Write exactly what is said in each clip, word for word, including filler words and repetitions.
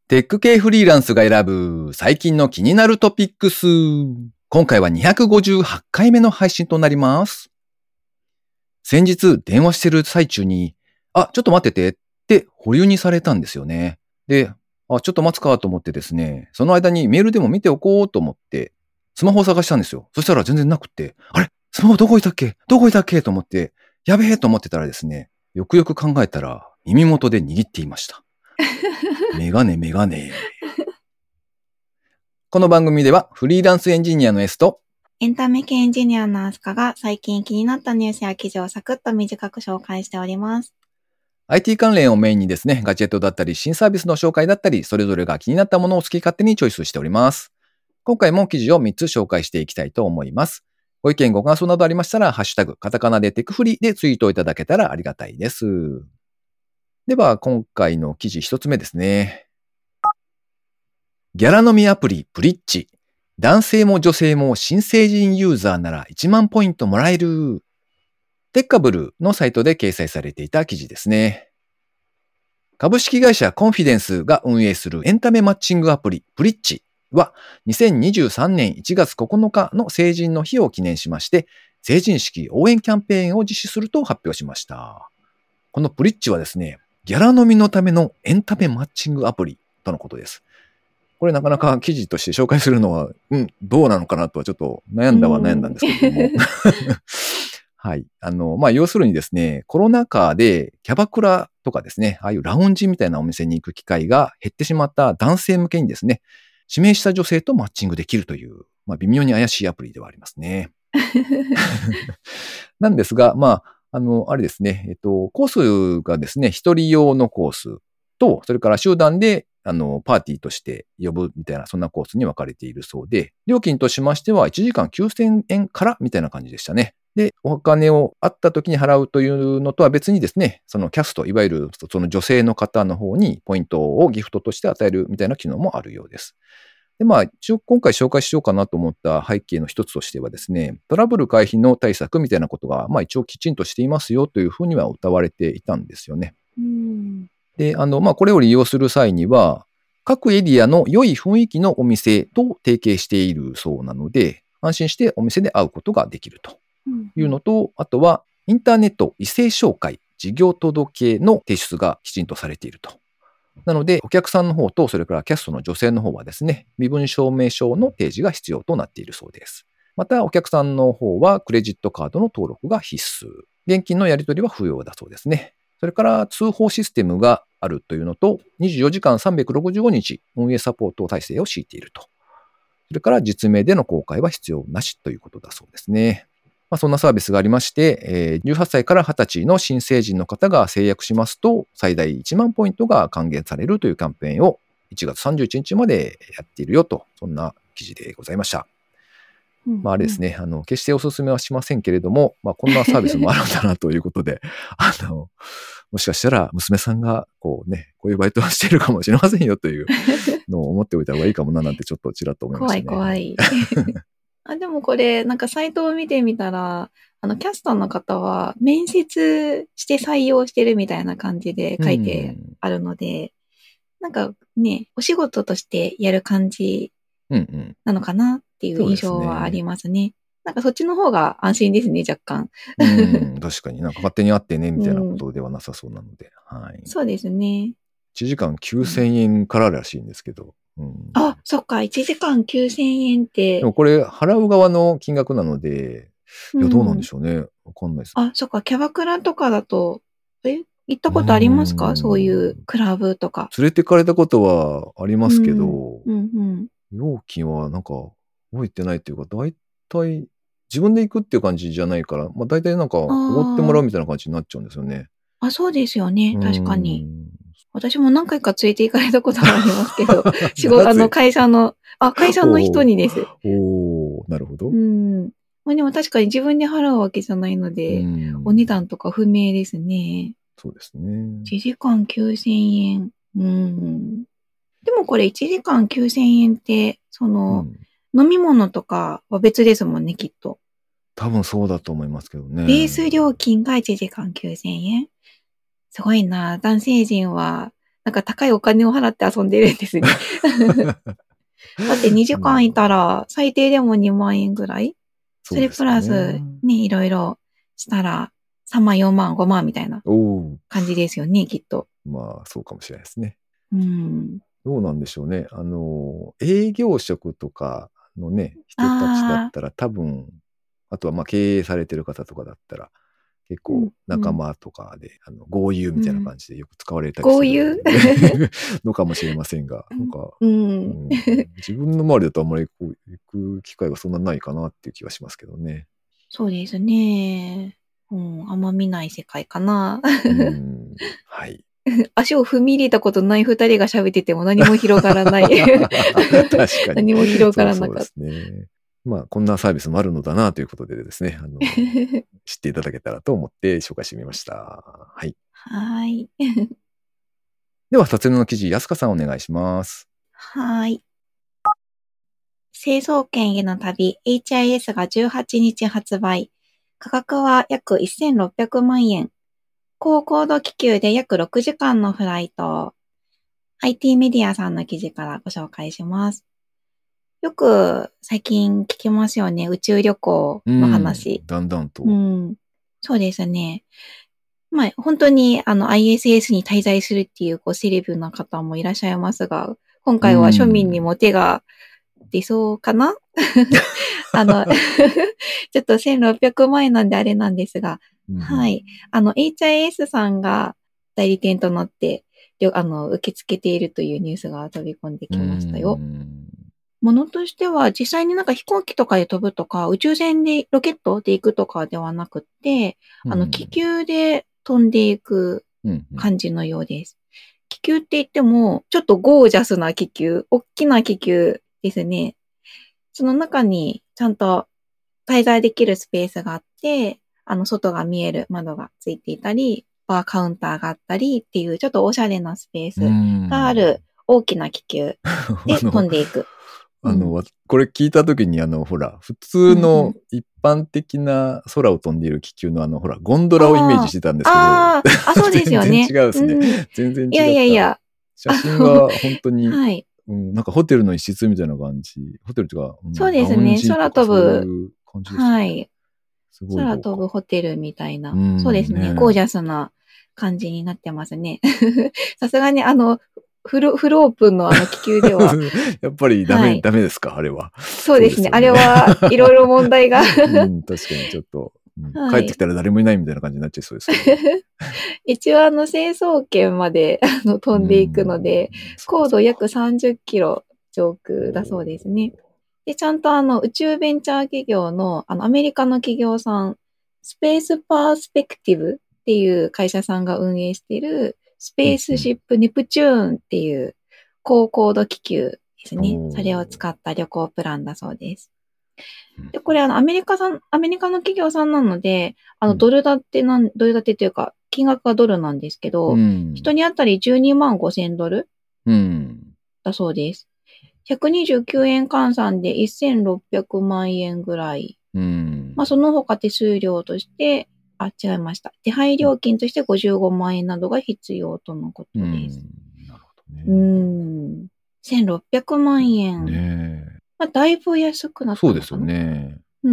テック系フリーランスが選ぶ最近の気になるトピックス。今回はにひゃくごじゅうはちかいめの配信となります。先日電話してる最中に、あ、ちょっと待っててって保留にされたんですよね。で、あ、ちょっと待つかと思ってですね、その間にメールでも見ておこうと思ってスマホを探したんですよ。そしたら全然なくって、あれスマホどこいたっけどこいたっけと思って、やべえと思ってたらですね、よくよく考えたら耳元で握っていました。メガネメガネ。この番組ではフリーランスエンジニアの S とエンタメ系エンジニアのアスカが最近気になったニュースや記事をサクッと短く紹介しております。 アイティー 関連をメインにですね、ガジェットだったり新サービスの紹介だったり、それぞれが気になったものを好き勝手にチョイスしております。今回も記事をみっつ紹介していきたいと思います。ご意見ご感想などありましたら、ハッシュタグ、カタカナでテクフリでツイートいただけたらありがたいです。では、今回の記事一つ目ですね。ギャラ飲みアプリブリッジ。男性も女性も新成人ユーザーならいちまんポイントもらえる。テッカブルのサイトで掲載されていた記事ですね。株式会社コンフィデンスが運営するエンタメマッチングアプリブリッジはにせんにじゅうさんねんいちがつここのかの成人の日を記念しまして成人式応援キャンペーンを実施すると発表しました。このブリッジはですね、ギャラ飲みのためのエンタメマッチングアプリとのことです。これなかなか記事として紹介するのは、うん、どうなのかなとはちょっと悩んだは悩んだんですけれども。はい。あの、まあ、要するにですね、コロナ禍でキャバクラとかですね、ああいうラウンジみたいなお店に行く機会が減ってしまった男性向けにですね、指名した女性とマッチングできるという、まあ、微妙に怪しいアプリではありますね。なんですが、まあ、あの、あれですね、えっと、コースがですね、一人用のコースと、それから集団であの、パーティーとして呼ぶみたいな、そんなコースに分かれているそうで、料金としましてはいちじかんきゅうせんえんからみたいな感じでしたね。で、お金をあった時に払うというのとは別にですね、そのキャスト、いわゆるその女性の方の方にポイントをギフトとして与えるみたいな機能もあるようです。で、まあ、一応今回紹介しようかなと思った背景の一つとしてはですね、トラブル回避の対策みたいなことが、まあ一応きちんとしていますよというふうには謳われていたんですよね。 うんで、あの、まあ、これを利用する際には、各エリアの良い雰囲気のお店と提携しているそうなので、安心してお店で会うことができるというのと、あとは、インターネット異性紹介、事業届の提出がきちんとされていると。なので、お客さんの方と、それからキャストの女性の方はですね、身分証明書の提示が必要となっているそうです。また、お客さんの方は、クレジットカードの登録が必須。現金のやり取りは不要だそうですね。それから通報システムがあるというのと、にじゅうよじかんさんびゃくろくじゅうごにち運営サポート体制を敷いていると。それから実名での公開は必要なしということだそうですね。まあ、そんなサービスがありまして、えー、じゅうはっさいからはたちの新成人の方が制約しますと、最大いちまんポイントが還元されるというキャンペーンをいちがつさんじゅういちにちまでやっているよと、そんな記事でございました。まああれですね、あの、決してお勧めはしませんけれども、まあこんなサービスもあるんだなということで、あの、もしかしたら娘さんがこうね、こういうバイトをしているかもしれませんよというのを思っておいた方がいいかもななんてちょっとちらっと思いましたね。 怖い怖い。あ、でもこれ、なんかサイトを見てみたら、あの、キャスターの方は面接して採用してるみたいな感じで書いてあるので、なんかね、お仕事としてやる感じなのかなっていう印象はありますね。なんかそっちの方が安心ですね、若干。 うん、確かになんか勝手に会ってね、みたいなことではなさそうなので。うん、はい。 そうですね。いちじかんきゅうせんえんかららしいんですけど。 うん、あ、そっか、いちじかんきゅうせんえんって。 でもこれ払う側の金額なので、いや、どうなんでしょうね。わかんないです。 あ、そっか、キャバクラとかだと、え行ったことありますか？そういうクラブとか。 連れてかれたことはありますけど、 うんうんうん、 料金はなんか覚えてないっていうか、だいたい自分で行くっていう感じじゃないから、まあだいたいなんかおごってもらうみたいな感じになっちゃうんですよね。 あ、そうですよね。確かに。私も何回か連れて行かれたことがありますけど、仕事、あの会社の、あ、会社の人にです。 おお、なるほど。 うん。まあでも確かに自分で払うわけじゃないので、お値段とか不明ですね。 そうですね。 いちじかんきゅうせんえん。うん。でもこれいちじかんきゅうせんえんって、その、うん、飲み物とかは別ですもんね、きっと。 多分そうだと思いますけどね。 ベース料金がいちじかんきゅうせんえん。すごいな。男性陣はなんか高いお金を払って遊んでるんですね。だってにじかんいたら最低でもにまん円ぐらい、それプラスね、いろいろしたらさんまん、よんまん、ごまんみたいな感じですよね、きっと。 まあ、そうかもしれないですね。 うん。 どうなんでしょうね。あの、営業職とかのね、人たちだったら多分、あとはまあ経営されてる方とかだったら、結構仲間とかで、うんうん、あの豪遊みたいな感じでよく使われたりする、うん、のかもしれませんが、なんか、 うんうん、自分の周りだとあんまりこう行く機会がそんなないかなっていう気がしますけどね。 そうですね。うん、あんま見ない世界かな。 うん、はい。 足を踏み入れたことない二人が喋ってても何も広がらない。 確かに。 何も広がらなかった。 そうそうですね。まあ、こんなサービスもあるのだなということでですね、あの知っていただけたらと思って紹介してみました。はい。 はい。 では、ふたつめの記事、安香さんお願いします。 はい。成層圏への旅、エイチアイエス がじゅうはちにち発売。価格は約せんろっぴゃくまんえん。高高度気球で約ろくじかんのフライト。アイティー メディアさんの記事からご紹介します。よく最近聞きますよね。宇宙旅行の話。 だんだんと。 うん。そうですね。まあ、本当にあの アイエスエス に滞在するっていうこうセレブな方もいらっしゃいますが、今回は庶民にも手が出そうかなあの、ちょっとせんろっぴゃくまんえんなんであれなんですが、うん、はい。あの、エイチアイエス さんが代理店となって、あの、受け付けているというニュースが飛び込んできましたよ。ものとしては、実際になんか飛行機とかで飛ぶとか、宇宙船で、ロケットで行くとかではなくて、うん、あの、気球で飛んでいく感じのようです。うんうん、気球って言っても、ちょっとゴージャスな気球、大きな気球ですね。その中にちゃんと滞在できるスペースがあって、あの、外が見える窓がついていたり、バーカウンターがあったりっていう、ちょっとおしゃれなスペースがある大きな気球で飛んでいく。 あの、うん、これ聞いたときに、あの、ほら、普通の一般的な空を飛んでいる気球のあの、ほら、ゴンドラをイメージしてたんですけど。 ああ、そうですよね。 全然違うですね。うん、全然違った。 いやいやいや。 写真は本当に、 はい、 うん、なんかホテルの一室みたいな感じ。ホテルというか、 うん、そうですね。空飛ぶ。 感じですね、 はい。 すごい空飛ぶホテルみたいな。 うん、 そうですね。ゴージャスな感じになってますね。さすがにあの、フル、フルオープンのあの気球では。 やっぱりダメ、はい、ダメですかあれは。 そうですね。すねあれはいろいろ問題が、 うん。確かにちょっと、うんはい、帰ってきたら誰もいないみたいな感じになっちゃいそうですけど、ね。 一応あの、成層圏まであの飛んでいくので、高度約さんじゅっキロ上空だそうですね。で、ちゃんとあの、宇宙ベンチャー企業の、あの、アメリカの企業さん、スペースパースペクティブっていう会社さんが運営している、スペースシップネプチューンっていう高高度気球ですね。それを使った旅行プランだそうです。で、これあの、アメリカさん、アメリカの企業さんなので、あの、ドル建てなん、ドル建てというか、金額がドルなんですけど、うん、人に当たりじゅうにまんごせんドルだそうです。ひゃくにじゅうきゅうえん換算でせんろっぴゃくまんえんぐらい。うん、まあ、その他手数料として、あ、違いました。手配料金としてごじゅうごまんえんなどが必要とのことです。 うん、なるほどね。 うん。せんろっぴゃくまんえん。 ねえ。 まあ、だいぶ安くなったのかな。 そうですよね。 うん。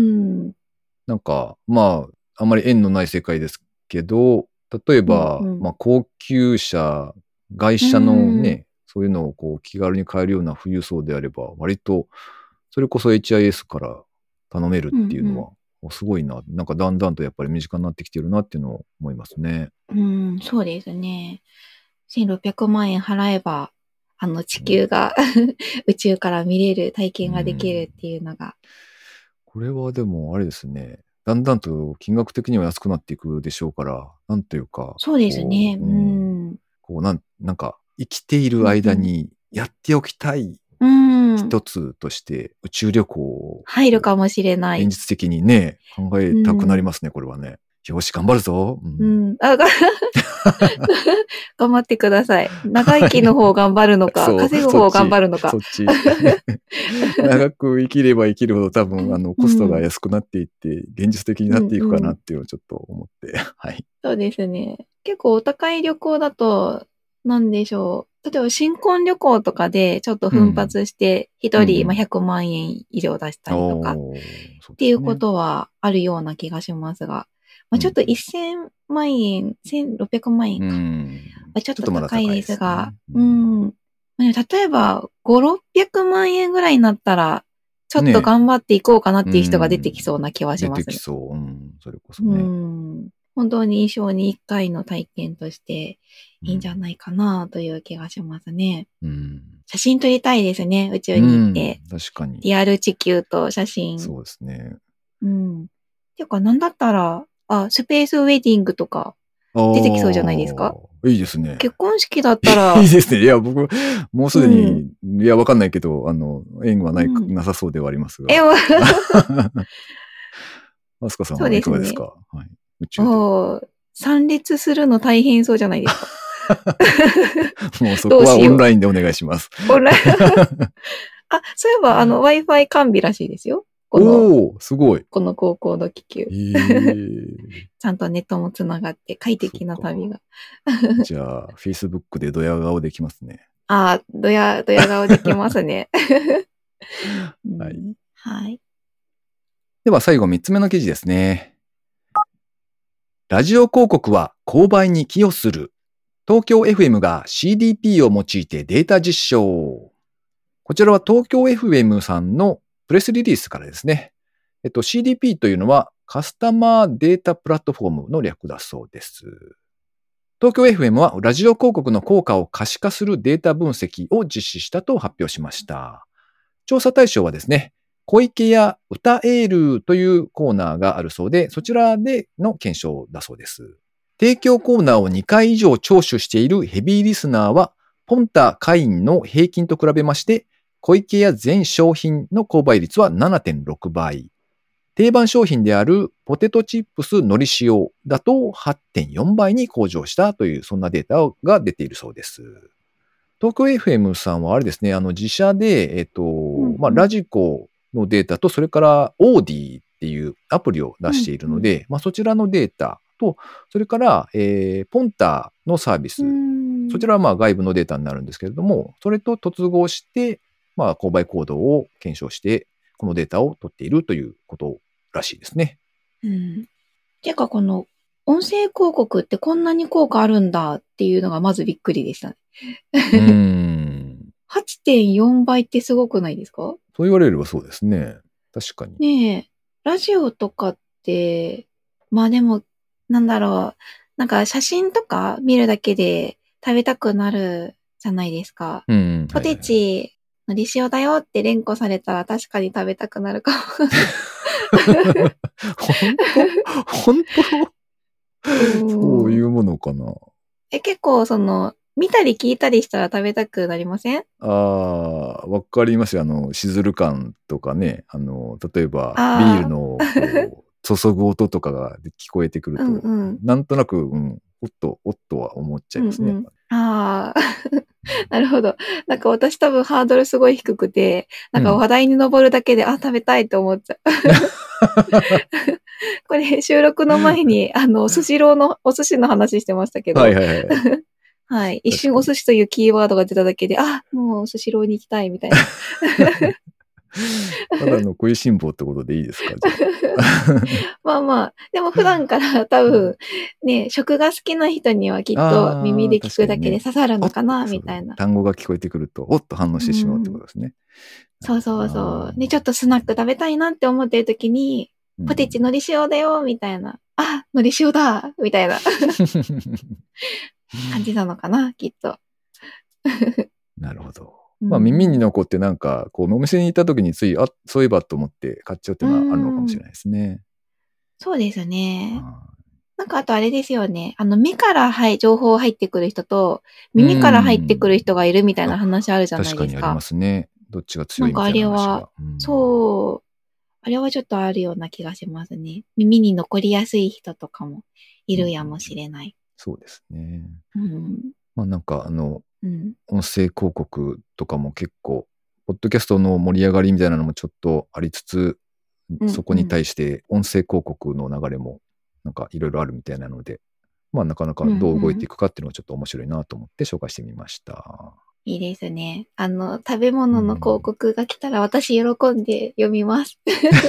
なんか、まあ、あまり縁のない世界ですけど、例えば、うんうん、まあ、高級車、外車のね、うん、そういうのをこう気軽に買えるような富裕層であれば、割と、それこそ エイチアイエス から頼めるっていうのは、うんうん、すごいな。なんかだんだんとやっぱり身近になってきてるなっていうのを思いますね。 うん、そうですね。せんろっぴゃくまんえん払えば、あの地球が、うん、宇宙から見れる体験ができるっていうのが。 これはでもあれですね。だんだんと金額的には安くなっていくでしょうから、なんというか。 そうですね。 こう、うん、こうなん、なんか生きている間にやっておきたい一つとして宇宙旅行を入るかもしれない。 現実的にね、考えたくなりますね、うん、これはね。よし、頑張るぞ。 うん。うん、あ頑張ってください。長生きの方頑張るのか、稼ぐ方頑張るのか。 そっち。長く生きれば生きるほど多分、あの、コストが安くなっていって、現実的になっていくかなっていうのをちょっと思って、うんうん、はい。 そうですね。結構お高い旅行だと、 なんでしょう。例えば新婚旅行とかでちょっと奮発して一人ひゃくまんえん以上出したりとかっていうことはあるような気がしますが、まあ、ちょっとせんまんえん、せんろっぴゃくまんえんか。 うんまあ、ちょっと高いですが、 ううん。例えばご、ろっぴゃくまんえんぐらいになったら、ちょっと頑張っていこうかなっていう人が出てきそうな気はしますね。 出てきそう。うん、それこそね。 うん本当に一生に一回の体験としていいんじゃないかなという気がしますね。うん、写真撮りたいですね、宇宙に行って。 うん、確かに。 リアル地球と写真。 そうですね。 うん。ていうか、なんだったら、あ、スペースウェディングとか出てきそうじゃないですか？ いいですね。 結婚式だったら。 いいですね。いや、僕、もうすでに、うん、いや、わかんないけど、あの、縁はない、うん、なさそうではありますが。 え、 アスカさんはいかがですか？そうですね。はい。宇宙で。 お参列するの大変そうじゃないですか。 もうそこはオンラインでお願いします。 オンラインあ、そういえば、あの、Wi-Fi 完備らしいですよ。 このおー、すごい。 この高校の気球。ちゃんとネットもつながって快適な旅が。 じゃあ、Facebook でドヤ顔できますね。 ああ、ドヤ、ドヤ顔できますね。 はい。 はい。 では最後みっつめの記事ですね。ラジオ広告は購買に寄与する。東京 エフエム が シーディーピー を用いてデータ実証。こちらは東京 エフエム さんのプレスリリースからですね。えっと、シーディーピー というのはカスタマーデータプラットフォームの略だそうです。東京 エフエム はラジオ広告の効果を可視化するデータ分析を実施したと発表しました。調査対象はですね、小池や歌エールというコーナーがあるそうで、そちらでの検証だそうです。提供コーナーをにかい以上聴取しているヘビーリスナーは、ポンタ会員の平均と比べまして、小池や全商品の購買率は ななてんろくばい。定番商品であるポテトチップスのり塩だと はってんよんばいに向上したという、そんなデータが出ているそうです。東京 エフエム さんはあれですね、あの自社で、えっと、うんうん、まあ、ラジコのデータと、それからオーディっていうアプリを出しているので、うんうん、まあ、そちらのデータと、それから、えー、ポンタのサービス、そちらはまあ外部のデータになるんですけれども、それと突合して、まあ、購買行動を検証して、このデータを取っているということらしいですね。 うん。てか、この音声広告ってこんなに効果あるんだっていうのがまずびっくりでしたね。うーんはちてんよんばいってすごくないですか？ そう言われればそうですね。確かに。 ねえ、ラジオとかって、まあでも、なんだろう、なんか写真とか見るだけで食べたくなるじゃないですか。うん、ポテチのり塩だよって連呼されたら確かに食べたくなるかも。 本当本当そういうものかな。 え、結構その、見たり聞いたりしたら食べたくなりません？ ああ、わかりますよ。あの、しずる感とかね。あの、例えば、ビールのこう注ぐ音とかが聞こえてくると、うんうん、なんとなく、うん、おっと、おっとは思っちゃいますね。うんうん、 ああ、なるほど。なんか私多分ハードルすごい低くて、なんか話題に上るだけで、うん、あ、食べたいと思っちゃう。これ収録の前に、あの、スシローのお寿司の話してましたけど、はいはいはい。はい。一瞬お寿司というキーワードが出ただけで、あ、もうスシローに行きたいみたいな。 ただの食いしん坊ってことでいいですか？じゃあまあまあ、でも普段から多分、ね、食が好きな人にはきっと耳で聞くだけで刺さるのかな、みたいな。 単語が聞こえてくると、おっと反応してしまうってことですね。 そうそうそう。ね、ちょっとスナック食べたいなって思ってる時に、ポテチのり塩だよ、みたいな。あ、のり塩だ、みたいな感じなのかな、きっと。 なるほど。まあ耳に残ってなんか、こうお店に行った時につい、あ、そういえばと思って買っちゃうっていうのはあるのかもしれないですね。 そうですね。なんかあとあれですよね。あの目からはい情報入ってくる人と耳から入ってくる人がいるみたいな話あるじゃないですか。 確かにありますね。どっちが強いみたいな話が。 なんかあれは、うん、そう。あれはちょっとあるような気がしますね。耳に残りやすい人とかもいるやもしれない。うん、 そうですね。 うん、 まあなんかあの、うん、音声広告とかも結構、ポッドキャストの盛り上がりみたいなのもちょっとありつつ、うんうん、そこに対して音声広告の流れもなんかいろいろあるみたいなので、 まあなかなかどう動いていくかっていうのがちょっと面白いなと思って紹介してみました。 いいですね。あの、食べ物の広告が来たら私喜んで読みます。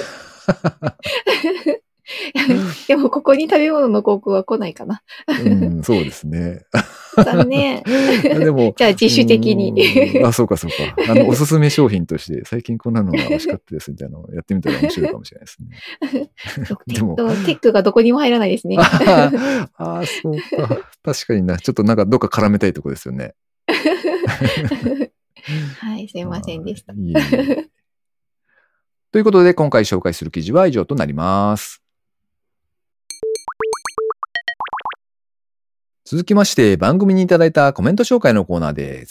でもここに食べ物の広告は来ないかな。 うん、そうですね。 残念。 でも、 じゃあ自主的に。 あ、そうかそうか。あの、おすすめ商品として、最近こんなのが美味しかったですみたいなのをやってみたら面白いかもしれないですね。 でも、テックがどこにも入らないですね。 ああ、そうか。確かにな。ちょっとなんかどっか絡めたいとこですよね。 はい、すいませんでした。 いえいえということで、今回紹介する記事は以上となります。続きまして、番組にいただいたコメント紹介のコーナーです。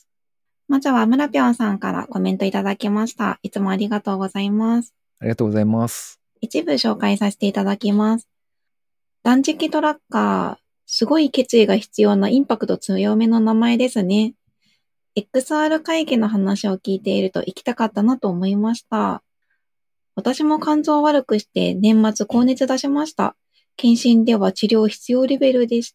まずは村ぴょんさんからコメントいただきました。いつもありがとうございます。 ありがとうございます。 一部紹介させていただきます。断食トラッカー、すごい決意が必要なインパクト強めの名前ですね。エックスアール 会議の話を聞いていると行きたかったなと思いました。私も肝臓を悪くして年末高熱出しました。検診では治療必要レベルでした。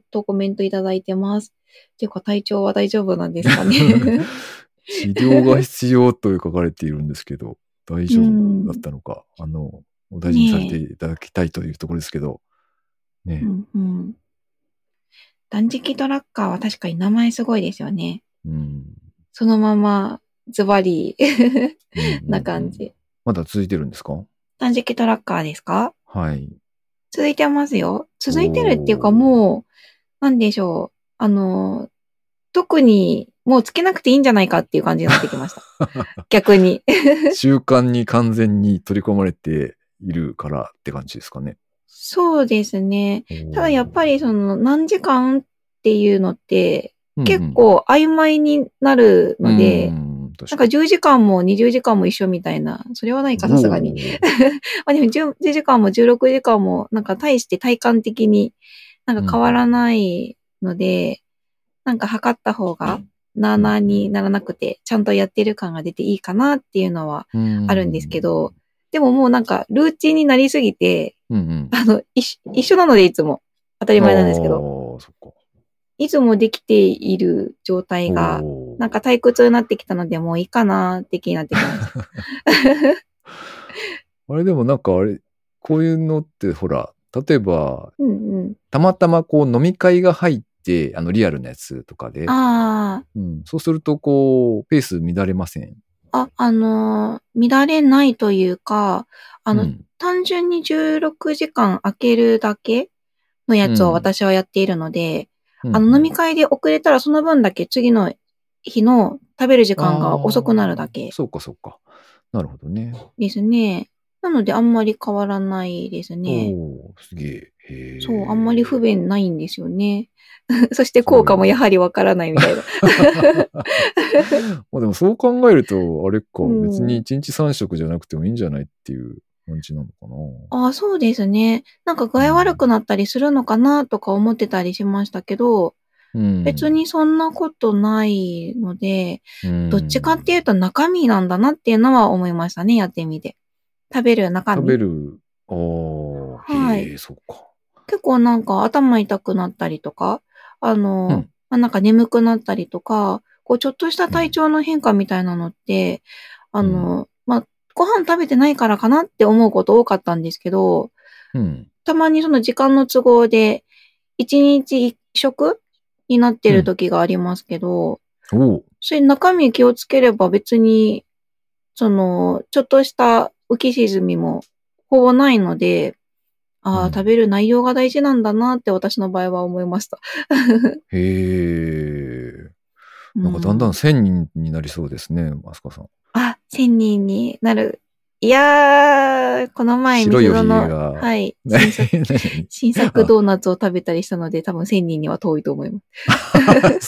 とコメントいただいてます。っていうか体調は大丈夫なんですかね。 治療が必要と書かれているんですけど、大丈夫だったのか、あの、お大事にされていただきたいというところですけど、ね。 うんうん、断食トラッカーは確かに名前すごいですよね。 うん、 そのままズバリな感じ、うんうんうん。 まだ続いてるんですか？ 断食トラッカーですか？ はい。 続いてますよ。続いてるっていうかもう、なんでしょう。あの、特にもうつけなくていいんじゃないかっていう感じになってきました。逆に。 習慣に完全に取り込まれているからって感じですかね。 そうですね。ただやっぱりその何時間っていうのって結構曖昧になるので、うんうん、なんかじゅうじかんもにじゅうじかんも一緒みたいな、それはないかさすがに。まあでもじゅうじかんもじゅうろくじかんもなんか大して体感的になんか変わらないので、うん、なんか測った方がなーなーにならなくてちゃんとやってる感が出ていいかなっていうのはあるんですけど、うん、でももうなんかルーチンになりすぎて、うんうん、あの一、一緒なのでいつも当たり前なんですけど、そっか、いつもできている状態がなんか退屈になってきたのでもういいかなって気になってきました。 あれでもなんかあれ、こういうのってほら、例えば、 うんうん、 たまたまこう飲み会が入って、あのリアルなやつとかで、あ、うん、そうするとこう、ペース乱れません？ あ、あのー、乱れないというか、あの、うん、単純にじゅうろくじかん空けるだけのやつを私はやっているので、うん、あの飲み会で遅れたらその分だけ次の日の食べる時間が遅くなるだけ。 そうかそうか。なるほどね。 ですね。なのであんまり変わらないですね。 おー、すげえ。へー。 そう、あんまり不便ないんですよね。そして効果もやはりわからないみたいな。 まあでもそう考えると、あれか、うん、別にいちにちさん食じゃなくてもいいんじゃないっていう感じなのかな。 ああ、そうですね。なんか具合悪くなったりするのかなとか思ってたりしましたけど、うん、別にそんなことないので、うん、どっちかっていうと中身なんだなっていうのは思いましたね、やってみて。食べる中身。 食べる。ああ、はい。へえ、そうか。 結構なんか頭痛くなったりとか、あの、うん、まあ、なんか眠くなったりとか、こうちょっとした体調の変化みたいなのって、うん、あの、まあ、ご飯食べてないからかなって思うこと多かったんですけど、うん、たまにその時間の都合で、一日一食になってる時がありますけど、うん、それ中身気をつければ別に、その、ちょっとした浮き沈みもほぼないので、ああ、うん、食べる内容が大事なんだなって私の場合は思いました。 へえ。なんかだんだんせんにんになりそうですね、マスカさん。 あ、せんにんになる。いやー、この前、 白いおひげが。 はい。新作、新作ドーナツを食べたりしたので、多分せんにんには遠いと思います。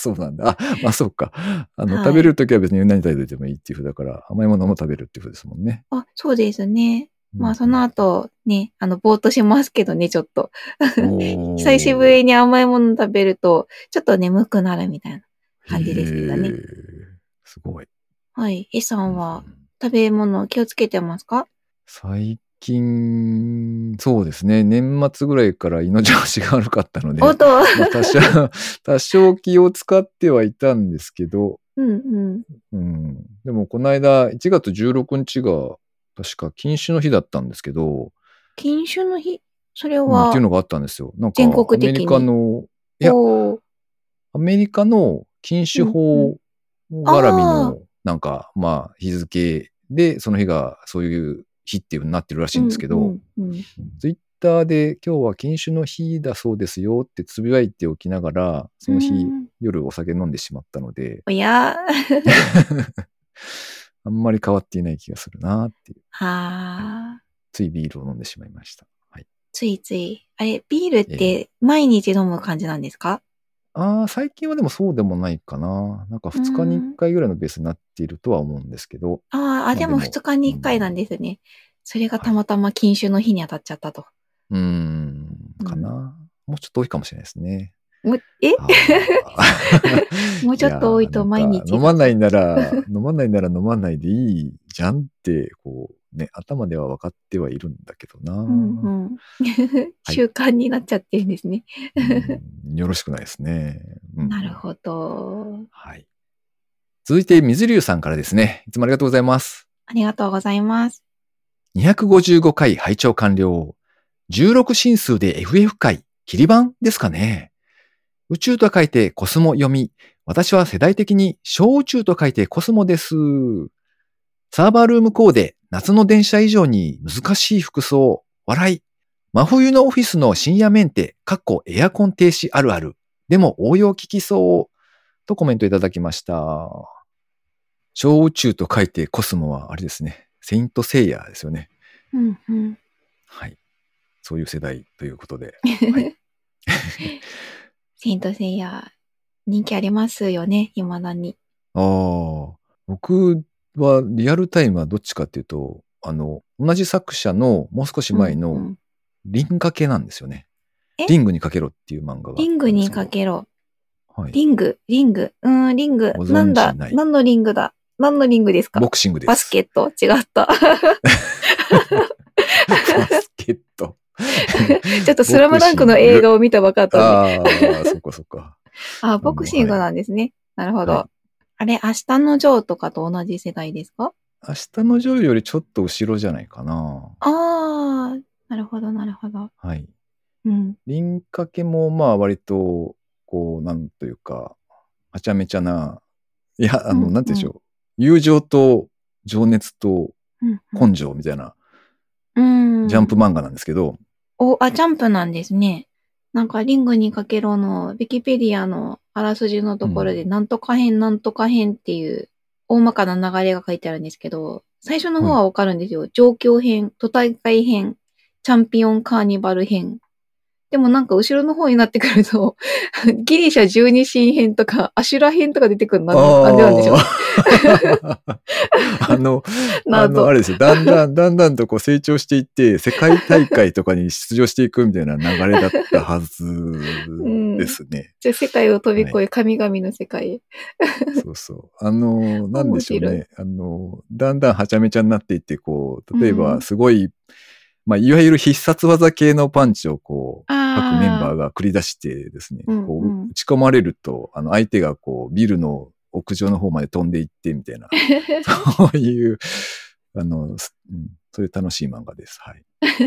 そうなんだ。あ、まあそうか。あの、はい、食べるときは別に何食べてもいいっていうふうだから、甘いものも食べるっていうふうですもんね。 あ、そうですね。まあその後ね、あの、ぼーっとしますけどね、ちょっと。久しぶりに甘いもの食べると、ちょっと眠くなるみたいな感じですけどね。 すごい。 はい。えさんは食べ物気をつけてますか？ 最近、そうですね。年末ぐらいから胃の調子が悪かったので、 おっとまあ多少、多少気を使ってはいたんですけど、 うんうん。 うん、でもこの間いちがつじゅうろくにちが確か禁酒の日だったんですけど、 禁酒の日それうん、っていうはのがあったんですよ。なんか全国的にアメリカの、いや、 おーアメリカの禁酒法絡みの、なんか、まあ、日付で、その日がそういう日っていう風になってるらしいんですけど、 うんうんうんツイッターで今日は禁酒の日だそうですよってつぶやいておきながら、その日、 うん夜お酒飲んでしまったので、 おやあんまり変わっていない気がするなっていう。 はあ。 ついビールを飲んでしまいました。はい。 ついつい。あれ、ビールっええて毎日飲む感じなんですか？ ああ、最近はでもそうでもないかな。なんかふつかにいっかいぐらいのベースになっているとは思うんですけど。 あーあ、 まあでもふつかにいっかいなんですね。それがたまたま禁酒の日に当たっちゃったと。 うーん、かな。もうちょっと多いかもしれないですね。 もえあーもうちょっと多いと毎日やーなんか飲まないなら、飲まないなら飲まないでいいじゃんって、こうね、頭では分かってはいるんだけどな。 うんうん習慣になっちゃってるんですね。 うんよろしくないですね。うんなるほど。 はい。続いて、水流さんからですね。いつもありがとうございます。 ありがとうございます。 にひゃくごじゅうごかい拝聴完了。じゅうろく進数で エフエフ 回、切り版ですかね。宇宙と書いてコスモ読み。私は世代的に小宇宙と書いてコスモです。サーバールームコーデ、夏の電車以上に難しい服装、笑い。真冬のオフィスの深夜メンテ、かっこエアコン停止あるある。でも応用聞きそう。とコメントいただきました。小宇宙と書いてコスモはあれですね。セイントセイヤですよね。 うんうんはい。そういう世代ということで。 セイントセイヤ、人気ありますよね、未だに。 ああ、僕はリアルタイムはどっちかっていうと、あの、同じ作者のもう少し前のうんうんリンかけなんですよね。 えリングにかけろっていう漫画があったんですけど。 リングにかけろ。 はい。 リング、リング、うーん、リングご存知。 なんだない何のリングだ何のリングですか？ ボクシングです。 バスケット違った。 バスケット。 ちょっとスラムダンクの映画を見たばかったんで。 ああ、そっかそっか。 あ、ボクシングなんですね。なるほど。 はいあれ、明日のジョーとかと同じ世代ですか？ 明日のジョーよりちょっと後ろじゃないかな。 あー、なるほど、なるほど。 はい。 うん。 リンかけもまあ割と、こう、なんというか、はちゃめちゃな、いや、あの、 うんうんなんて言うんでしょう。友情と情熱とうんうん根性みたいなうん。 ジャンプ漫画なんですけど、 お、あ、ジャンプなんですね。なんか、リングにかけろの、ウィキペディアのあらすじのところで、なんとか編、なんとか編っていう、大まかな流れが書いてあるんですけど、最初の方はわかるんですよ。状況編、都大会編、チャンピオンカーニバル編。でもなんか後ろの方になってくると、ギリシャ十二神編とか、アシュラ編とか出てくるのなんでなんでしょう。 あの、あの、あれですよ。だんだん、だんだんとこう成長していって、世界大会とかに出場していくみたいな流れだったはずですね。 じゃあ世界を飛び越え、神々の世界へ。 そうそう。あの、なんでしょうね。あの、だんだんはちゃめちゃになっていって、こう、例えばすごい、うんまあ、いわゆる必殺技系のパンチをこう、各メンバーが繰り出してですね、 うんうん、 こう打ち込まれると、あの、相手がこう、ビルの屋上の方まで飛んでいってみたいな、そういう、あの、うん、そういう楽しい漫画です。はい。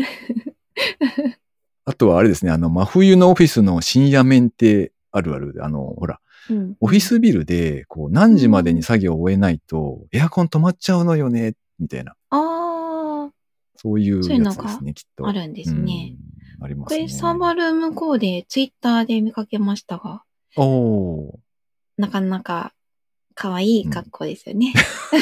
あとはあれですね、あの、真冬のオフィスの深夜メンテあるあるで、あの、ほら、うん、オフィスビルで、こう、何時までに作業を終えないと、エアコン止まっちゃうのよね、みたいな。 ああ。 そういうやつですね、きっと。 あるんですね。 うん、ありますね。 これサーバールームコーデ、ツイッターで見かけましたが。 おー。 なかなか、可愛い格好ですよね。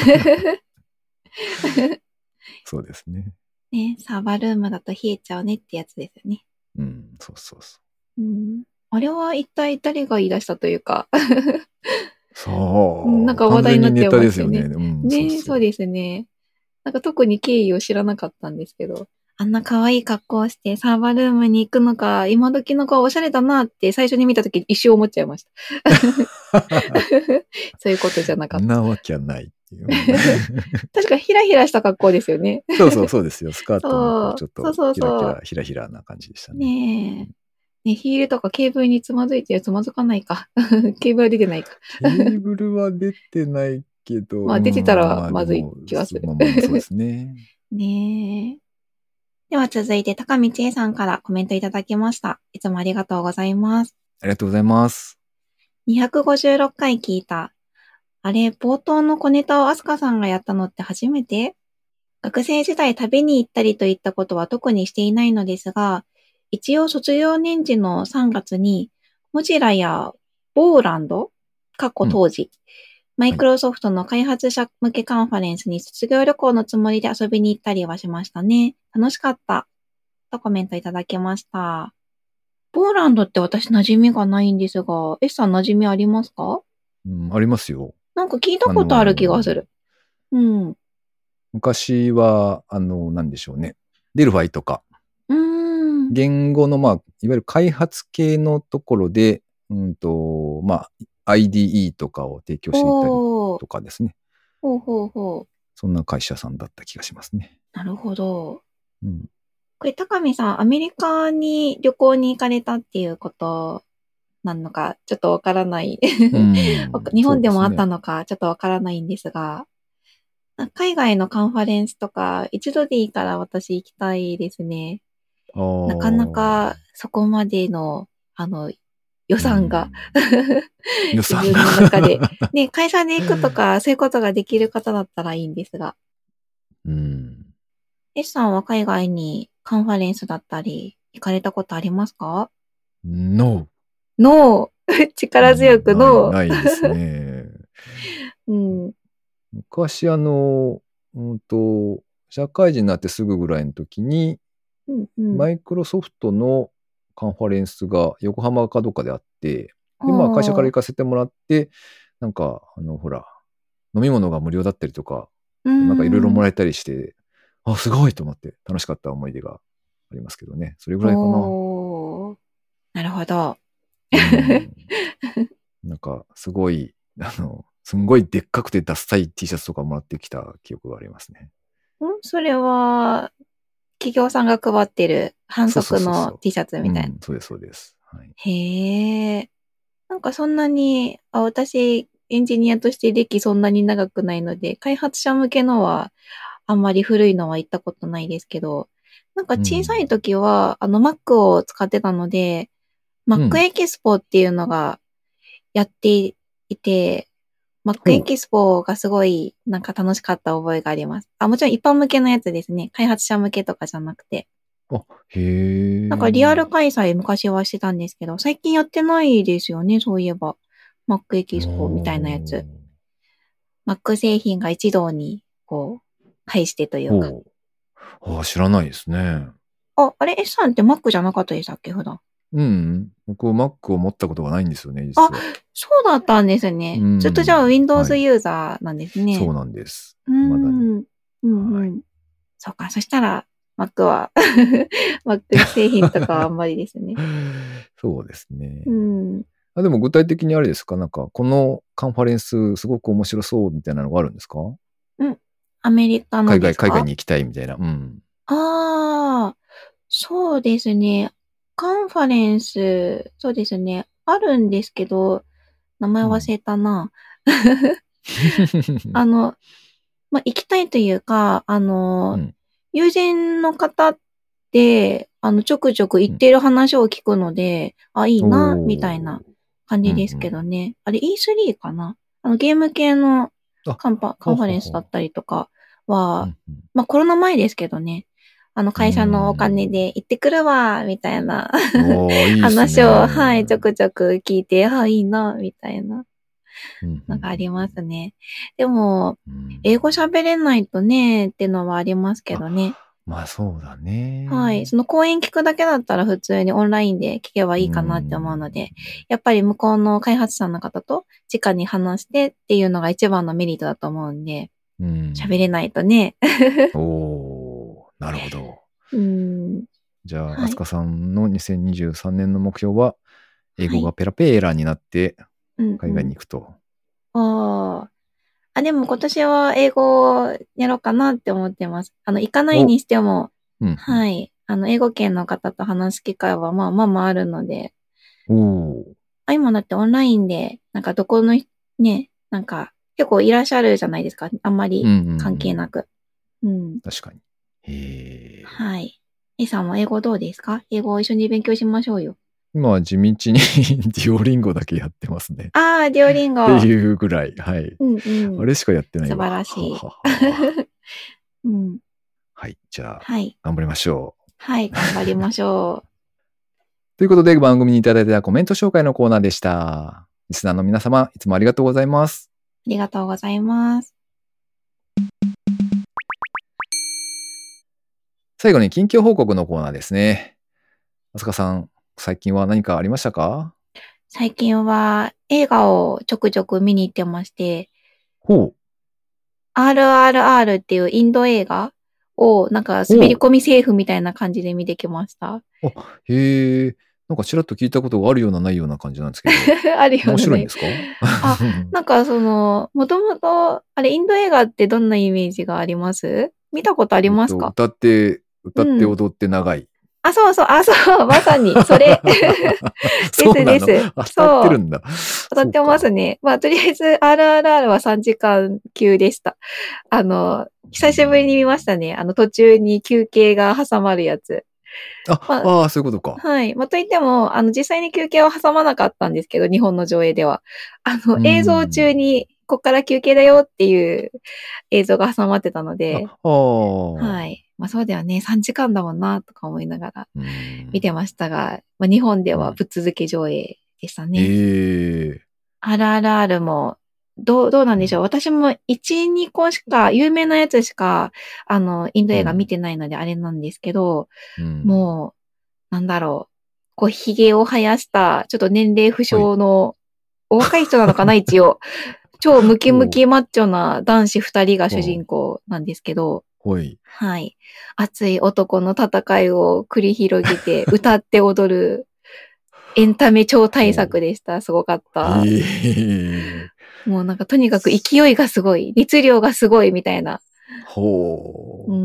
うん、そうですね。 ね、サーバールームだと冷えちゃうねってやつですよね。 うん、そうそうそう。 うん、あれは一体誰が言い出したというか。 そう。 なんか話題になってますよね。 よね、うん、 ね、 そうそう、 そうですね。なんか特に経緯を知らなかったんですけど、あんな可愛い格好をしてサーバールームに行くのか、今時の子はおしゃれだなって最初に見たとき一瞬思っちゃいました。そういうことじゃなかった。 なわけはない。 確かひらひらした格好ですよね。 そうそうそうですよ。スカートもちょっとそうそうそうキラキラ、ひらひらな感じでしたね。 ねえ。ね、ヒールとかケーブルにつまずいてる、つまずかないか。ケーブルは出てないか。 ケーブルは出てないけど、 まあ出てたらまあまずいでも気がする。 まあまあまあそうですね。 ねえ。では続いて高道恵さんからコメントいただきました。いつもありがとうございます。 ありがとうございます。 にひゃくごじゅうろっかい聞いた。あれ、冒頭の小ネタをアスカさんがやったのって初めて？学生時代旅に行ったりといったことは特にしていないのですが、一応卒業年次のさんがつに、モジラやボーランド、過去当時、うん、マイクロソフトの開発者向けカンファレンスに卒業旅行のつもりで遊びに行ったりはしましたね。楽しかった。とコメントいただきました。ボーランドって私馴染みがないんですが、S さん馴染みありますか？ うん、ありますよ。 なんか聞いたことある気がする。あのー、うん。 昔は、あの、なんでしょうね。デルファイとか、 うーん。 言語の、まあ、いわゆる開発系のところで、うんと、まあ、アイディーイー とかを提供していたりとかですね。 ほうほうほう。 そんな会社さんだった気がしますね。 なるほど。 うん、 これ、高見さん、アメリカに旅行に行かれたっていうことなのか、ちょっとわからない。うん、日本でもあったのか、ちょっとわからないんですが、海外のカンファレンスとか、一度でいいから私行きたいですね。なかなかそこまでの、あの、予算が、うん、自分の中で。ね、会社で行くとか、そういうことができる方だったらいいんですが。 うん。 S さんは海外にカンファレンスだったり、行かれたことありますか？ No。 ノー。力強くノー。 ない、ないですね。 うん、 昔あの、うんと、社会人になってすぐぐらいの時に、 うんうん、 マイクロソフトのカンファレンスが横浜かどっかであって、で、まあ会社から行かせてもらって、なんか、あの、ほら、飲み物が無料だったりとか、なんかいろいろもらえたりして、あ、すごいと思って楽しかった思い出がありますけどね。それぐらいかな。 おー、なるほど。 うん、なんか、すごい、あの、すんごいでっかくてダッサい T シャツとかもらってきた記憶がありますね。 んそれは、企業さんが配ってる反則の T シャツみたいな。 そうです、そうです。はい、 へえ。なんかそんなに、あ、私、エンジニアとして歴そんなに長くないので、開発者向けのは、あんまり古いのは行ったことないですけど、なんか小さい時は、うん、あの Mac を使ってたので、Mac エキスポっていうのがやっていて、うん、Mac エキスポがすごいなんか楽しかった覚えがあります。あ、もちろん一般向けのやつですね。開発者向けとかじゃなくて。 あ、へー。 なんかリアル開催昔はしてたんですけど、最近やってないですよね、そういえば。Mac エキスポみたいなやつ。Mac 製品が一堂に、こう、配してというか。 ああ、知らないですね。 あ、あれ ?S さんって Mac じゃなかったでしたっけ普段。 うん。僕、Mac を持ったことがないんですよね、実は。 あ、そうだったんですね。うん、ずっとじゃあ Windows ユーザーなんですね。 はい、そうなんです。 うん。まだに。うん、うん、はい。そうか。そしたら、Mac は、Mac 製品とかはあんまりですね。 そうですね。 うん。 あ、でも具体的にあれですかなんか、このカンファレンスすごく面白そうみたいなのがあるんですか？ うん。アメリカのですか？ 海外、海外に行きたいみたいな。うん。 ああ、そうですね。カンファレンス、そうですね。あるんですけど、名前忘れたな。うん、あの、まあ、行きたいというか、あの、うん、友人の方って、あの、ちょくちょく行ってる話を聞くので、うん、あ、いいな、みたいな感じですけどね。うんうん、あれ イースリー かな？あの、ゲーム系のカンパ、カンファレンスだったりとかは、うんうん、まあ、コロナ前ですけどね。あの、会社のお金で行ってくるわ、みたいな話を、はい、ちょくちょく聞いて、あ、いいな、みたいなのがありますね。でも、英語喋れないとね、っていうのはありますけどね。 まあそうだね。 はい。その講演聞くだけだったら普通にオンラインで聞けばいいかなって思うので、やっぱり向こうの開発者の方と直に話してっていうのが一番のメリットだと思うんで、喋れないとね。 おー、なるほど。 うん、 じゃあ、はい、飛鳥さんのにせんにじゅうさんねんの目標は、英語がペラペーラになって海外に行くと。 はい、うんうん、ああ。 あ、でも今年は英語をやろうかなって思ってます。あの、行かないにしても、 うん、 はい。あの、英語圏の方と話す機会はまあまあまああるので。 おあ、今だってオンラインで、なんかどこの、ね、なんか結構いらっしゃるじゃないですか。あんまり関係なく。うん、うんうん、 確かに。へー。 はい。A さんも英語どうですか？英語を一緒に勉強しましょうよ。 今は地道にデュオリンゴだけやってますね。 ああ、デュオリンゴ。 っていうぐらい。はい。 うんうん。 あれしかやってないわ。 素晴らしい。 はははうん。 はい。じゃあ、 はい。 頑張りましょう。 はい、頑張りましょう。 ということで、番組にいただいたコメント紹介のコーナーでした。リスナーの皆様、いつもありがとうございます。 ありがとうございます。 最後に近況報告のコーナーですね。あすかさん、最近は何かありましたか？ 最近は映画をちょくちょく見に行ってまして、 ほう。 アールアールアール っていうインド映画をなんか滑り込みセーフみたいな感じで見てきました。 あ、へえ。なんかちらっと聞いたことがあるようなないような感じなんですけど。 あるよね。 面白いんですか？ あ、なんかその、もともと、あれ、インド映画ってどんなイメージがあります？見たことありますか？ 歌って、歌って踊って長い。うん、 あ、そうそう、あ、そう、まさに、それ。ですです。 当たってるんだ。 当たってますね。まあ、とりあえず、アールアールアール はさんじかん級でした。あの、久しぶりに見ましたね。あの、途中に休憩が挟まるやつ。 あ、まあ、あそういうことか。 はい。まあ、といっても、あの、実際に休憩は挟まなかったんですけど、日本の上映では。あの、映像中に、こっから休憩だよっていう映像が挟まってたので、はい。まあ、そうだよね。さんじかんだもんな、とか思いながら見てましたが、まあ、日本ではぶっ続け上映でしたね。 えー、 アールアールアール も、どう、どうなんでしょう。私もいち、にこしか、有名なやつしか、あの、インド映画見てないのであれなんですけど、うん、もう、なんだろう。こう、髭を生やした、ちょっと年齢不詳の、お若い人なのかな、一応。超ムキムキマッチョな男子二人が主人公なんですけど、 はい。 はい。熱い男の戦いを繰り広げて、歌って踊る、エンタメ超大作でした。すごかった。えー、もうなんかとにかく勢いがすごい、熱量がすごいみたいな。 ほう。 うん。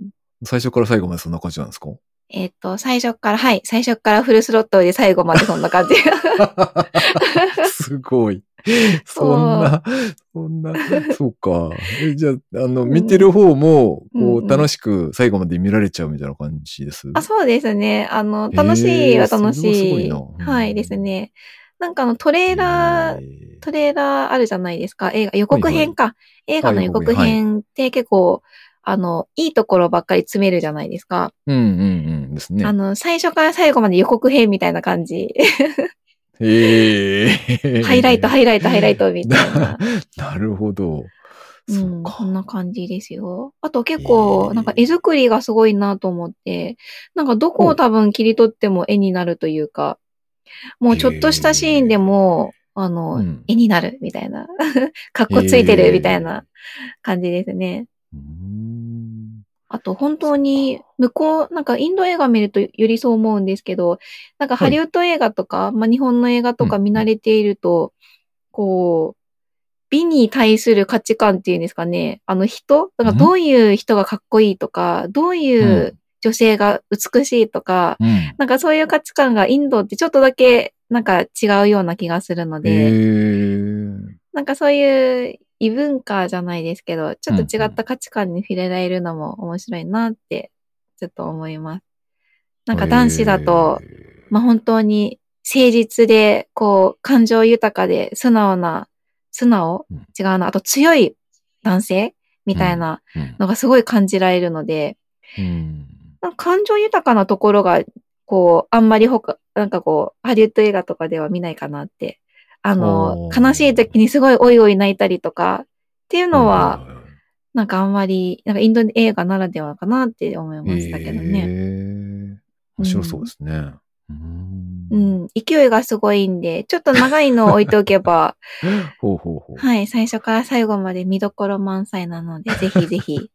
最初から最後までそんな感じなんですか？ えっと、最初から、はい、最初からフルスロットルで最後までそんな感じ。 すごい。そんな、そんな、そうか。え、じゃあ、あの、うん、見てる方も、こう、楽しく最後まで見られちゃうみたいな感じです？ あ、そうですね。あの、楽しいは楽しい。えー、すごいな。うん、はいですね。なんかあの、トレーラー、えー、トレーラーあるじゃないですか。映画、予告編か。はいはい、映画の予告編って結構、あの、いいところばっかり詰めるじゃないですか。 うんうんうんですね。 あの、最初から最後まで予告編みたいな感じ。 へえ。 ハイライト、ハイライト、ハイライトみたいな。 なるほど。 うん、こんな感じですよ。あと結構、なんか絵作りがすごいなと思って、なんかどこを多分切り取っても絵になるというか、もうちょっとしたシーンでも、あの、うん、絵になるみたいな。かっこついてるみたいな感じですね。あと本当に、向こう、なんかインド映画見るとよりそう思うんですけど、なんかハリウッド映画とか、はい、まあ日本の映画とか見慣れていると、うん、こう、美に対する価値観っていうんですかね。あの人、なんかどういう人がかっこいいとか、どういう女性が美しいとか、うん、なんかそういう価値観がインドってちょっとだけなんか違うような気がするので、えー、なんかそういう異文化じゃないですけど、ちょっと違った価値観に触れられるのも面白いなってちょっと思います。なんか男子だと、えー、まあ本当に誠実で、こう感情豊かで素直な素直、うん、違うな。あと強い男性みたいなのがすごい感じられるので、うんうん、感情豊かなところが、こう、あんまり他、なんかこう、ハリウッド映画とかでは見ないかなって。あの、悲しい時にすごいおいおい泣いたりとかっていうのは、なんかあんまり、なんかインド映画ならではかなって思いましたけどね。 へー、面白そうですね。うんうん、勢いがすごいんで、ちょっと長いのを置いておけば、 ほうほうほう、 はい、最初から最後まで見どころ満載なので、ぜひぜひ。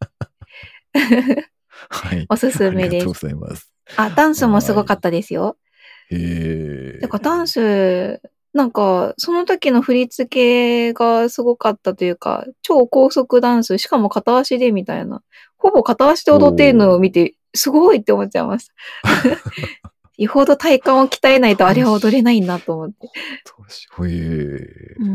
はい。 おすすめです。 ありがとうございます。 あ、ダンスもすごかったですよ。 へー。 てか、ダンス、 なんか、その時の振り付けがすごかったというか、超高速ダンス、しかも片足でみたいな。ほぼ片足で踊っているのを見て、すごいって思っちゃいました。よほど体幹を鍛えないとあれは踊れないなと思って。 へえ。 うん。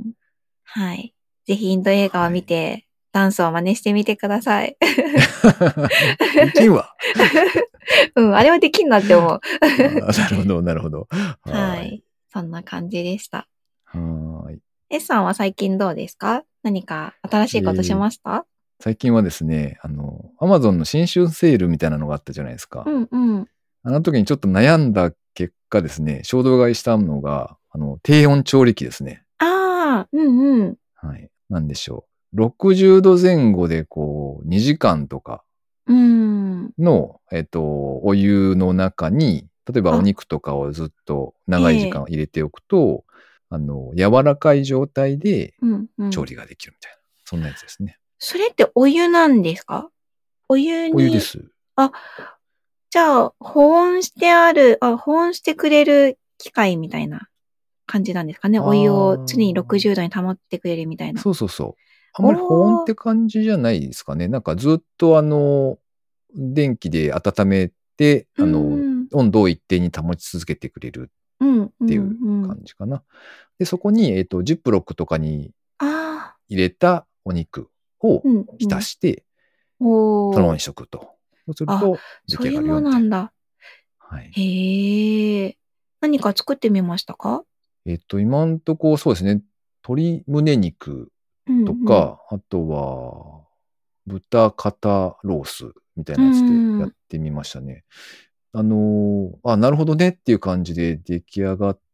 はい。ぜひインド映画を見て、はい、ダンスを真似してみてください。 できんわ。 うん、あれはできんなって思う。 なるほど、なるほど。 はい。そんな感じでした。 はい。 S さんは最近どうですか？何か新しいことしました？ えー、最近はですね、あの、Amazon の新春セールみたいなのがあったじゃないですか。 うんうん。 あの時にちょっと悩んだ結果ですね、衝動買いしたのが、あの、低温調理器ですね。 ああ、うんうん。 はい。なんでしょう。ろくじゅうどぜん後でこう、にじかんとかの、えっと、お湯の中に、例えばお肉とかをずっと長い時間入れておくと、あの、柔らかい状態で調理ができるみたいな、うんうん、そんなやつですね。 それってお湯なんですか？お湯に。 お湯です。 あ、じゃあ、保温してある、あ、保温してくれる機械みたいな感じなんですかね。お湯を常にろくじゅうどに保ってくれるみたいな。 そうそうそう。あんまり保温って感じじゃないですかね。なんかずっとあの、電気で温めて、あの、温度を一定に保ち続けてくれるっていう感じかな。で、そこに、えっと、ジップロックとかに入れたお肉を浸して、そのままにしとくと。そうすると、出来上がるよみたいな。そういうものなんだ。 はい。へえ。何か作ってみましたか？ えっと、今んとこそうですね。鶏胸肉とか、うんうん、あとは、豚肩ロースみたいなやつでやってみましたね。あのー、あ、なるほどねっていう感じで出来上がって、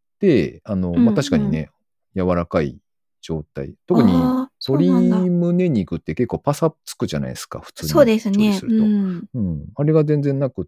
あの、まあ、確かにね、うんうん、柔らかい状態。特に鶏胸肉って結構パサつくじゃないですか、普通に調理すると。そうですね。うん。うん。あれが全然なくって、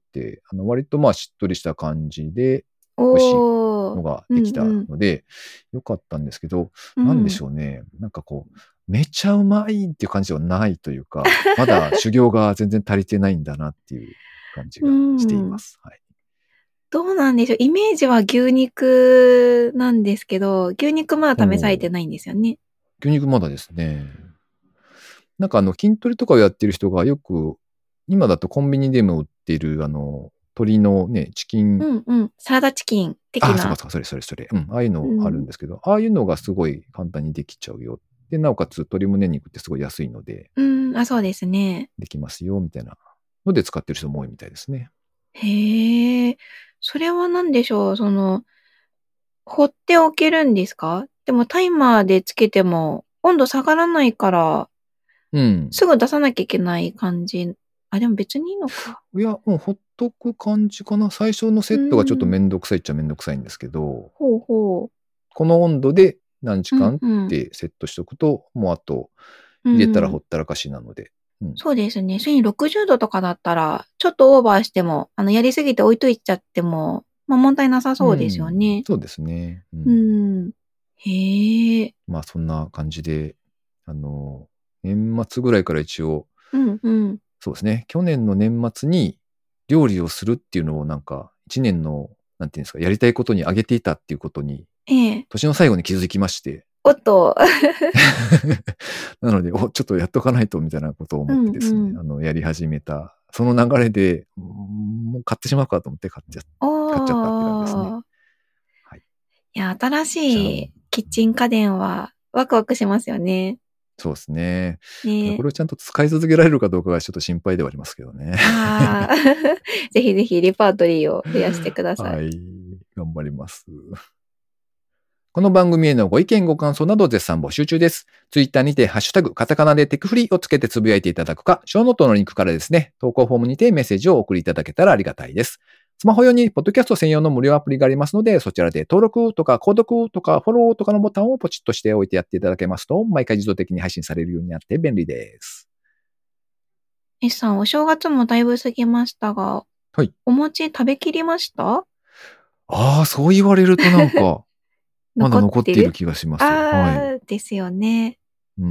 あの、割とまあしっとりした感じで、美味しいのができたので、うんうん、よかったんですけど、うん、なんでしょうね。なんかこう、めちゃうまいっていう感じではないというか、まだ修行が全然足りてないんだなっていう感じがしています。うん、はい。 どうなんでしょう。イメージは牛肉なんですけど、牛肉まだ試されてないんですよね。 牛肉まだですね。なんかあの筋トレとかをやってる人がよく、今だとコンビニでも売っているあの、鶏のね、チキン。 うんうん。サラダチキン的な。 あ、そうかそうか、それそれそれ。うん。ああいうのあるんですけど、うん、ああいうのがすごい簡単にできちゃうよ。で、なおかつ鶏胸肉ってすごい安いので。 うん、あ、そうですね。 できますよ、みたいなので使ってる人も多いみたいですね。 へえ。それは何でしょう、その、放っておけるんですか？でもタイマーでつけても温度下がらないから、うん。すぐ出さなきゃいけない感じ。あ、でも別にいいのか。 いや、もうほっとく感じかな。最初のセットがちょっとめんどくさいっちゃめんどくさいんですけど、 ほうほう。 この温度で何時間ってセットしておくと、うんうん、もうあと入れたらほったらかしなので。 うんうん、そうですね。それにろくじゅうどとかだったら、ちょっとオーバーしても、あの、やりすぎて置いといちゃっても、まあ問題なさそうですよね。 うん、そうですね。 うん。うん、へえ。 まあそんな感じで、あの、年末ぐらいから一応、 うんうん、 そうですね。去年の年末に料理をするっていうのをなんか、一年の、なんていうんですか、やりたいことにあげていたっていうことに、ええ、年の最後に気づきまして。 おっと。 なので、お、ちょっとやっとかないとみたいなことを思ってですね、うんうん、あの、やり始めた。その流れで、もう買ってしまうかと思って買っちゃ買っちゃったって感じですね。 はい。いや、新しいキッチン家電はワクワクしますよね。 そうですね。ね、これをちゃんと使い続けられるかどうかがちょっと心配ではありますけどね。 ああ。ぜひぜひレパートリーを増やしてください。 はい。頑張ります。この番組へのご意見ご感想など絶賛募集中です。ツイッターにてハッシュタグカタカナでテクフリーをつけてつぶやいていただくか、ショーノートのリンクからですね、投稿フォームにてメッセージをお送りいただけたらありがたいです。スマホ用にポッドキャスト専用の無料アプリがありますので、そちらで登録とか購読とかフォローとかのボタンをポチッとしておいてやっていただけますと、毎回自動的に配信されるようになって便利です。 S さん、お正月もだいぶ過ぎましたが、 はい。 お餅食べきりました？ ああ、そう言われるとなんか、まだ残っている気がします。 ああ、はい、ですよね。 うんうん。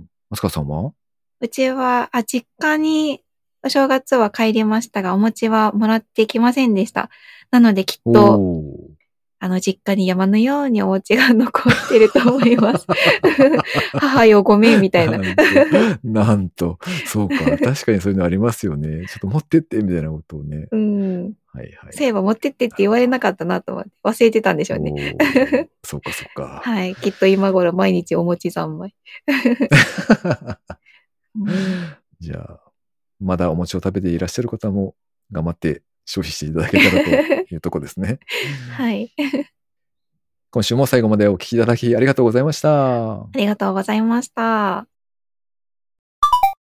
あすかさんは？ うちは、あ、実家にお正月は帰りましたが、お餅はもらってきませんでした。なのできっと、 あの、実家に山のようにお家が残ってると思います。母よごめんみたいな。 なんと、なんと、そうか、確かにそういうのありますよね。ちょっと持ってってみたいなことをね。 うん。 はいはい。 そういえば持ってってって言われなかったなと思って忘れてたんでしょうね。 そうかそうか。 はい。きっと今頃毎日お餅三昧。 じゃあ、まだお餅を食べていらっしゃる方も頑張って消費していただけたらというとこですね。 はい。 今週も最後までお聞きいただきありがとうございました。 ありがとうございました。